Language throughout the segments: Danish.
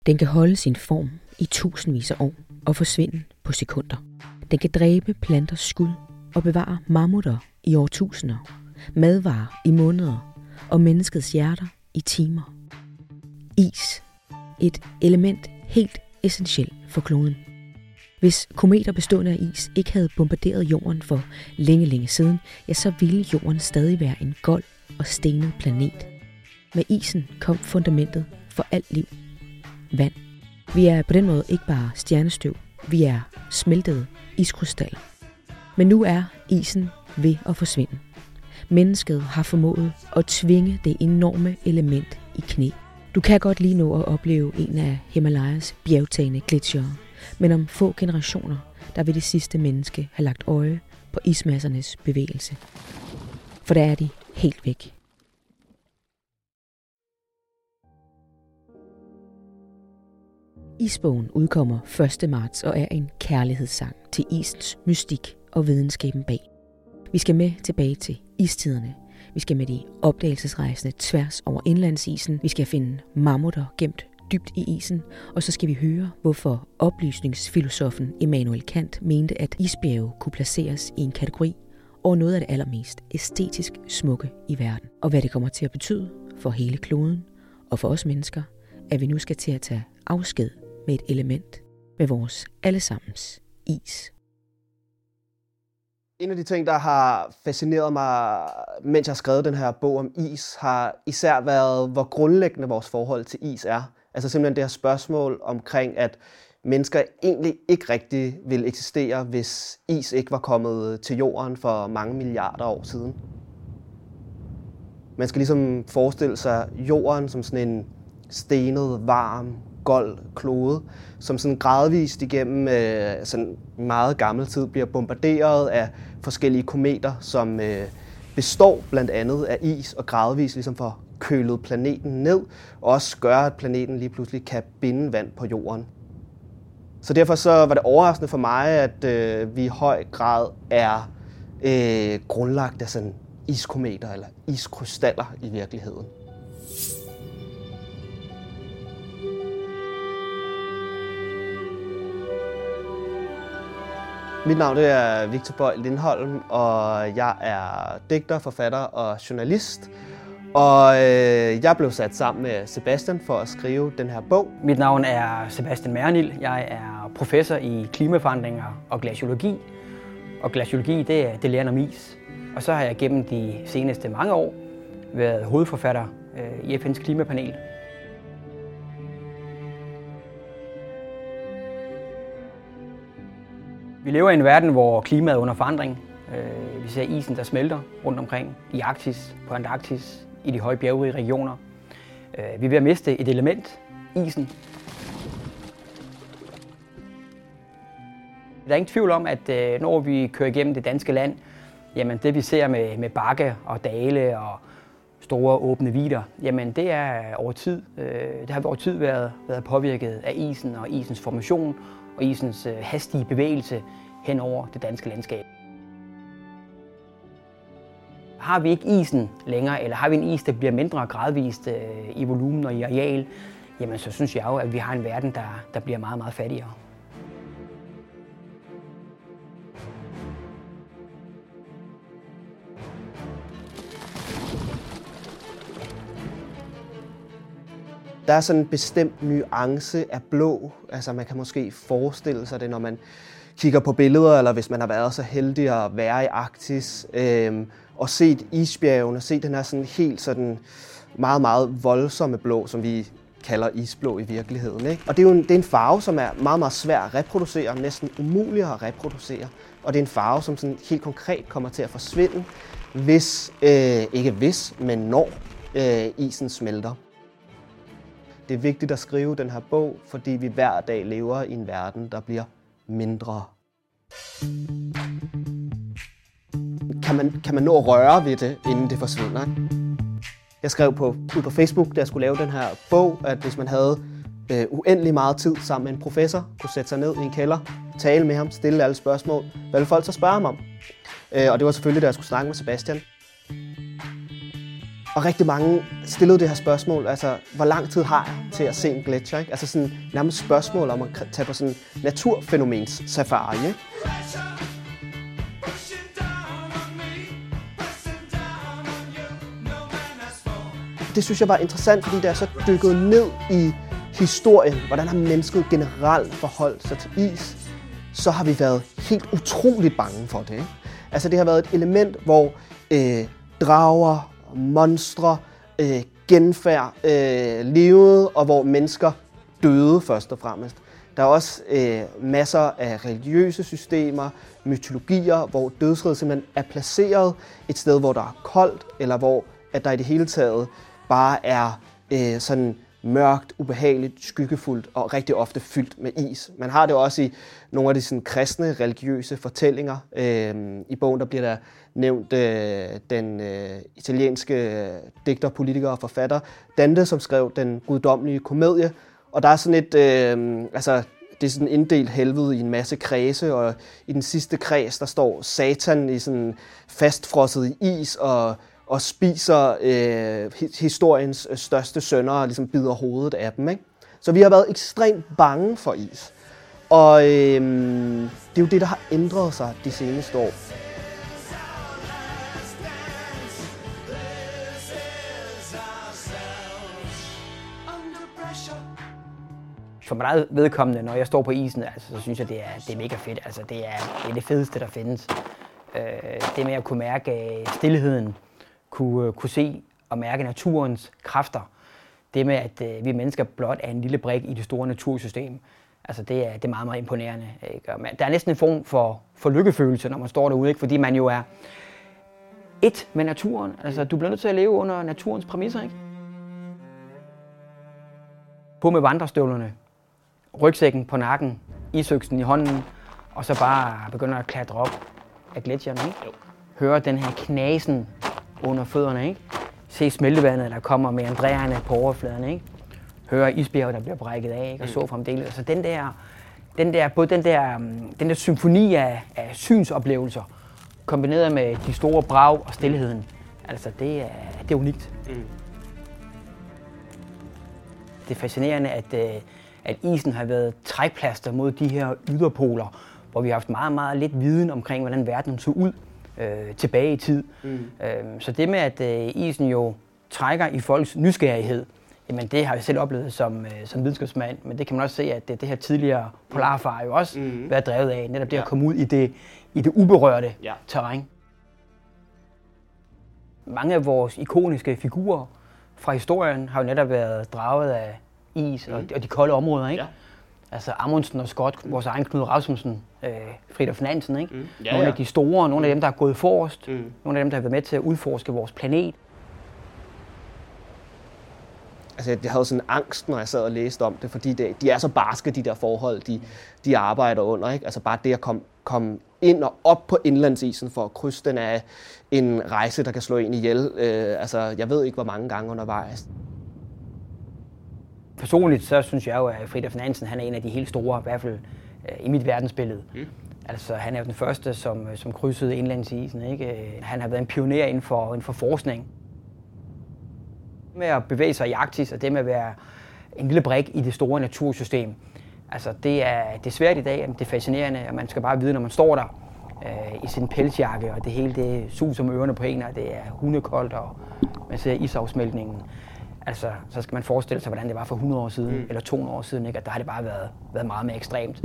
Den kan holde sin form i tusindvis af år og forsvinde på sekunder. Den kan dræbe planters skud og bevare mammutter i årtusinder, madvarer i måneder og menneskets hjerter i timer. Is. Et element helt essentielt for kloden. Hvis kometer bestående af is ikke havde bombarderet jorden for længe siden, ja, så ville jorden stadig være en gold og stenet planet. Med isen kom fundamentet for alt liv. Vand. Vi er på den måde ikke bare stjernestøv, vi er smeltede iskrystaller. Men nu er isen ved at forsvinde. Mennesket har formået at tvinge det enorme element i knæ. Du kan godt lige nå at opleve en af Himalayas bjergtagende gletsjere, men om få generationer, der vil det sidste menneske have lagt øje på ismassernes bevægelse. For der er de helt væk. Isbogen udkommer 1. marts og er en kærlighedssang til isens mystik og videnskaben bag. Vi skal med tilbage til istiderne. Vi skal med de opdagelsesrejsende tværs over indlandsisen. Vi skal finde mammutter gemt dybt i isen. Og så skal vi høre, hvorfor oplysningsfilosofen Immanuel Kant mente, at isbjerge kunne placeres i en kategori over noget af det allermest æstetisk smukke i verden. Og hvad det kommer til at betyde for hele kloden og for os mennesker, at vi nu skal til at tage afsked med et element med vores allesammens is. En af de ting, der har fascineret mig, mens jeg har skrevet den her bog om is, har især været, hvor grundlæggende vores forhold til is er. Altså simpelthen det her spørgsmål omkring, at mennesker egentlig ikke rigtig ville eksistere, hvis is ikke var kommet til jorden for mange milliarder år siden. Man skal ligesom forestille sig jorden som sådan en stenet, varm, gold klode, som sådan gradvist igennem sådan meget gammel tid bliver bombarderet af forskellige kometer, som består blandt andet af is og gradvist ligesom får kølet planeten ned, og også gør, at planeten lige pludselig kan binde vand på jorden. Så derfor så var det overraskende for mig, at vi i høj grad er grundlagt af sådan iskometer eller iskrystaller i virkeligheden. Mit navn er Victor Bøj Lindholm, og jeg er digter, forfatter og journalist. Og jeg blev sat sammen med Sebastian for at skrive den her bog. Mit navn er Sebastian Mernil. Jeg er professor i klimaforandringer og glaciologi. Og glaciologi, det lærer om is. Og så har jeg gennem de seneste mange år været hovedforfatter i FN's klimapanel. Vi lever i en verden, hvor klimaet er under forandring. Vi ser isen, der smelter rundt omkring i Arktis, på Antarktis, i de høje bjergrige regioner. Vi er ved at miste et element, isen. Der er ingen tvivl om, at når vi kører igennem det danske land, jamen det vi ser med bakke og dale og store åbne vidder, jamen det er over tid. Det har over tid været påvirket af isen og isens formation og isens hastige bevægelse hen over det danske landskab. Har vi ikke isen længere, eller har vi en is, der bliver mindre gradvist i volumen og i areal, jamen så synes jeg jo, at vi har en verden, der bliver meget, meget fattigere. Der er sådan en bestemt nuance af blå. Altså man kan måske forestille sig det, når man kigger på billeder, eller hvis man har været så heldig at være i Arktis, og set isbjergene, set den her sådan helt sådan meget, meget voldsomme blå, som vi kalder isblå i virkeligheden. Ikke? Og det er en farve, som er meget, meget svær at reproducere, næsten umulig at reproducere. Og det er en farve, som sådan helt konkret kommer til at forsvinde, men når isen smelter. Det er vigtigt at skrive den her bog, fordi vi hver dag lever i en verden, der bliver mindre. Kan man nå at røre ved det, inden det forsvinder? Jeg skrev ud på Facebook, da jeg skulle lave den her bog, at hvis man havde uendelig meget tid sammen med en professor, kunne sætte sig ned i en kælder, tale med ham, stille alle spørgsmål, hvad ville folk så spørge ham om? Og det var selvfølgelig, da jeg skulle snakke med Sebastian. Og rigtig mange stillede det her spørgsmål, altså hvor lang tid har jeg til at se en gletsjer? Ikke? Altså sådan nærmest spørgsmål om at tage på sådan naturfænomens safari. Ikke? Det synes jeg var interessant, fordi da jeg så dykkede ned i historien, hvordan har mennesket generelt forholdt sig til is, så har vi været helt utroligt bange for det. Ikke? Altså det har været et element, hvor drager, monstre, genfærd levede, og hvor mennesker døde først og fremmest. Der er også masser af religiøse systemer, mytologier, hvor dødsriget simpelthen er placeret et sted, hvor der er koldt, eller hvor at der i det hele taget bare er sådan mørkt, ubehageligt, skyggefuldt og rigtig ofte fyldt med is. Man har det også i nogle af de sådan, kristne, religiøse fortællinger. I bogen der bliver der nævnt den italienske digter, politiker og forfatter Dante, som skrev Den guddommelige komedie. Og der er sådan et, det er sådan inddelt helvede i en masse kredse, og i den sidste kreds, der står Satan i sådan fastfrosset i is og spiser historiens største syndere og ligesom bider hovedet af dem. Ikke? Så vi har været ekstremt bange for is. Og det er jo det, der har ændret sig de seneste år. For mig vedkommende, når jeg står på isen, altså, så synes jeg, det er mega fedt. Altså, det er det fedeste, der findes. Det med at kunne mærke stilheden, kunne se og mærke naturens kræfter. Det med, at vi mennesker blot er en lille brik i det store natursystem. Altså, det er meget, meget imponerende. Ikke? Der er næsten en form for lykkefølelse, når man står derude, ikke? Fordi man jo er et med naturen. Altså, du bliver nødt til at leve under naturens præmisser, ikke? På med vandrestøvlerne, rygsækken på nakken, isøksen i hånden, og så bare begynder at klatre op af gletsjerne, ikke? Høre den her knasen under fødderne, ikke? Se smeltevandet, der kommer med Andreerne på overfladen, ikke? Høre isbjerget, der bliver brækket af, ikke? Og så fremdeles. Altså den der symfoni af synsoplevelser, kombineret med de store brag og stilheden, altså det er unikt. Det er fascinerende, at isen har været trækplaster mod de her yderpoler, hvor vi har haft meget, meget lidt viden omkring, hvordan verden så ud tilbage i tid. Så det med, at isen jo trækker i folks nysgerrighed, jamen det har jeg selv oplevet som videnskabsmand, men det kan man også se, at det her tidligere polarfar jo også været drevet af, netop det at komme ud i det uberørte terræn. Mange af vores ikoniske figurer fra historien har jo netop været draget af is og de kolde områder, ikke? Ja. Altså Amundsen og Scott, vores egen Knud Rasmussen, Fridtjof Nansen, ikke? Nogle af de store, nogle af dem, der er gået forrest, nogle af dem, der har været med til at udforske vores planet. Altså, jeg havde sådan angst, når jeg sad og læste om det, fordi de er så barske, de der forhold, de arbejder under, ikke? Altså bare det at komme ind og op på indlandsisen for at krydse den af en rejse, der kan slå en ihjel. Altså, jeg ved ikke, hvor mange gange undervejs. Personligt så synes jeg jo, at Fridtjof Nansen, han er en af de helt store, i hvert fald i mit verdensbillede. Altså, han er jo den første, som krydsede indlandsisen, ikke? Han har været en pioner inden for forskning. Med at bevæge sig i Arktis, og det med at være en lille brik i det store natursystem. Altså, det er svært i dag, det er fascinerende, og man skal bare vide, når man står der i sin pelsjakke, og det hele det suser med ørerne på en, og det er hundekoldt, og man ser isafsmeltningen. Altså, så skal man forestille sig, hvordan det var for 100 år siden, eller 200 år siden, ikke? Og der har det bare været meget mere ekstremt.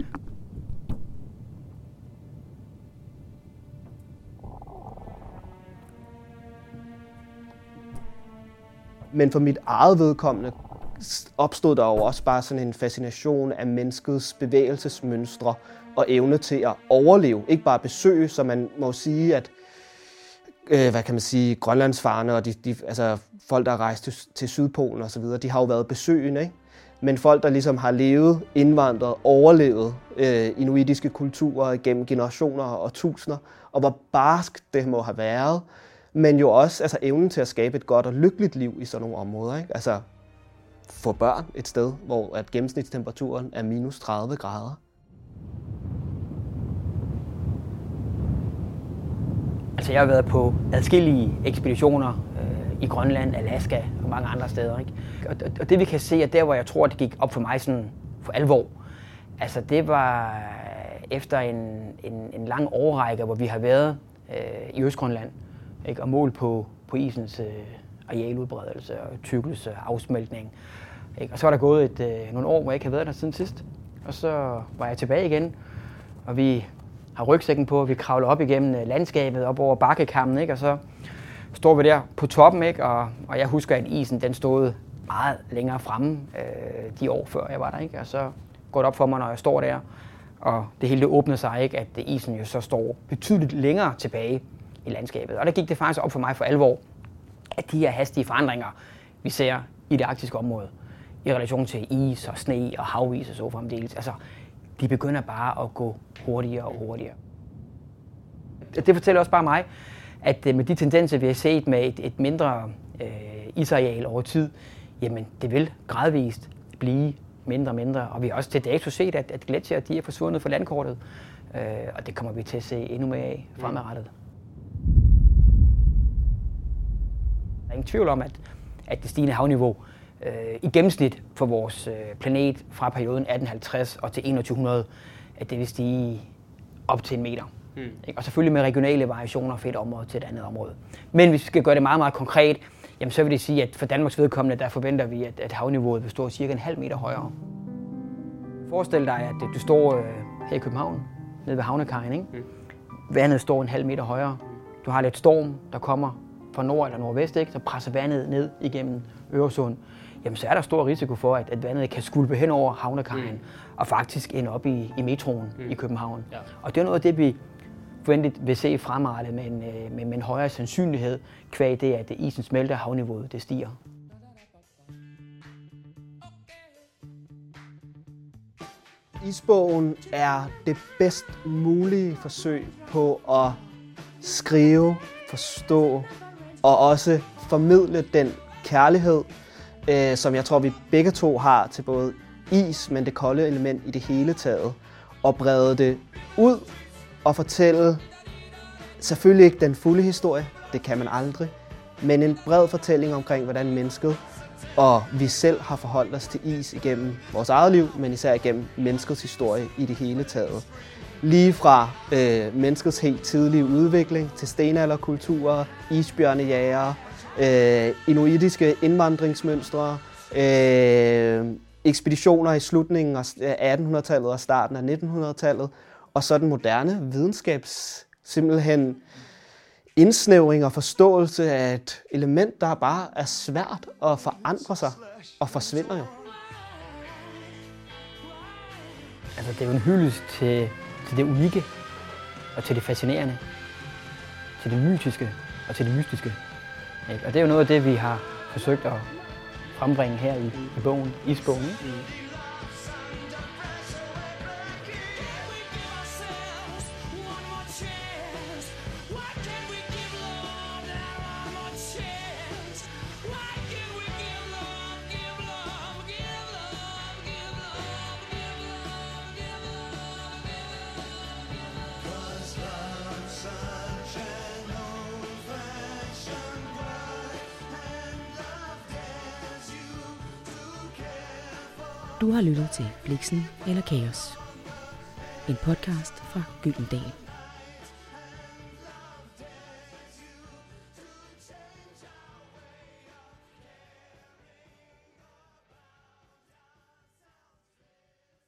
Men for mit eget vedkommende opstod der jo også bare sådan en fascination af menneskets bevægelsesmønstre og evne til at overleve. Ikke bare besøge, så man må sige, at grønlandsfarerne og altså folk, der har rejst til Sydpolen og så videre, de har jo været besøgende, ikke? Men folk, der ligesom har levet, indvandret, overlevet inuitiske kulturer gennem generationer og tusinder, og hvor barsk det må have været, men jo også altså, evnen til at skabe et godt og lykkeligt liv i sådan nogle områder, ikke? Altså få børn et sted, hvor at gennemsnitstemperaturen er minus 30 grader. Altså jeg har været på adskillige ekspeditioner i Grønland, Alaska og mange andre steder. Ikke? Og det vi kan se, at der hvor jeg tror, det gik op for mig sådan for alvor, altså det var efter en lang årrække, hvor vi har været i Østgrønland, ikke? Og målt på isens arealudbredelse og tykkelse og afsmeltning. Ikke? Og så var der gået nogle år, hvor jeg ikke havde været der siden sidst. Og så var jeg tilbage igen, og vi har rygsækken på, vi kravler op igennem landskabet, op over bakkekammen, ikke? Og så står vi der på toppen, ikke? Og jeg husker, at isen den stod meget længere fremme de år før jeg var der, ikke? Og så går det op for mig, når jeg står der, og det hele det åbner sig, ikke? At isen jo så står betydeligt længere tilbage i landskabet. Og der gik det faktisk op for mig for alvor, at de her hastige forandringer, vi ser i det arktiske område, i relation til is og sne og havis og så fremdeles, altså, de begynder bare at gå hurtigere og hurtigere. Det fortæller også bare mig, at med de tendenser, vi har set med et mindre isareal over tid, jamen det vil gradvist blive mindre og mindre. Og vi har også til dato set, at gletsjere de er forsvundet fra landkortet, og det kommer vi til at se endnu mere af fremadrettet. Der er ingen tvivl om, at det stigende havniveau i gennemsnit for vores planet fra perioden 1850 og til 2100, at det vil stige op til 1 meter. Og selvfølgelig med regionale variationer fra et område til et andet område. Men hvis vi skal gøre det meget, meget konkret, jamen så vil det sige, at for Danmarks vedkommende, der forventer vi, at havniveauet vil stå cirka 0,5 meter højere. Forestil dig, at du står her i København, nede ved havnekajen, ikke? Vandet står 0,5 meter højere. Du har lidt storm, der kommer fra nord eller nordvest, ikke? Så presser vandet ned igennem Øresund. Jamen så er der stor risiko for, at vandet kan skvulpe hen over havnekajen og faktisk ende op i metroen i København. Ja. Og det er noget af det, vi forventet vil se fremadrettet med en højere sandsynlighed, kvad det, at isen smelter, havniveauet det stiger. Isbogen er det bedst mulige forsøg på at skrive, forstå og også formidle den kærlighed, som jeg tror, vi begge to har til både is, men det kolde element i det hele taget, og brede det ud og fortælle selvfølgelig ikke den fulde historie, det kan man aldrig, men en bred fortælling omkring, hvordan mennesket og vi selv har forholdt os til is igennem vores eget liv, men især igennem menneskets historie i det hele taget. Lige fra menneskets helt tidlige udvikling til stenalderkulturer, isbjørnejægere, inuitiske indvandringsmønstre, ekspeditioner i slutningen af 1800-tallet og starten af 1900-tallet, og så den moderne videnskabs simpelthen indsnævring og forståelse af et element, der bare er svært at forandre sig og forsvinder jo. Altså, det er jo en hyldest til det unikke og til det fascinerende, til det mytiske og til det mystiske. Og det er jo noget af det, vi har forsøgt at frembringe her i bogen, Isbogen. Du har lyttet til Blixen eller Kaos. En podcast fra Gyldendal.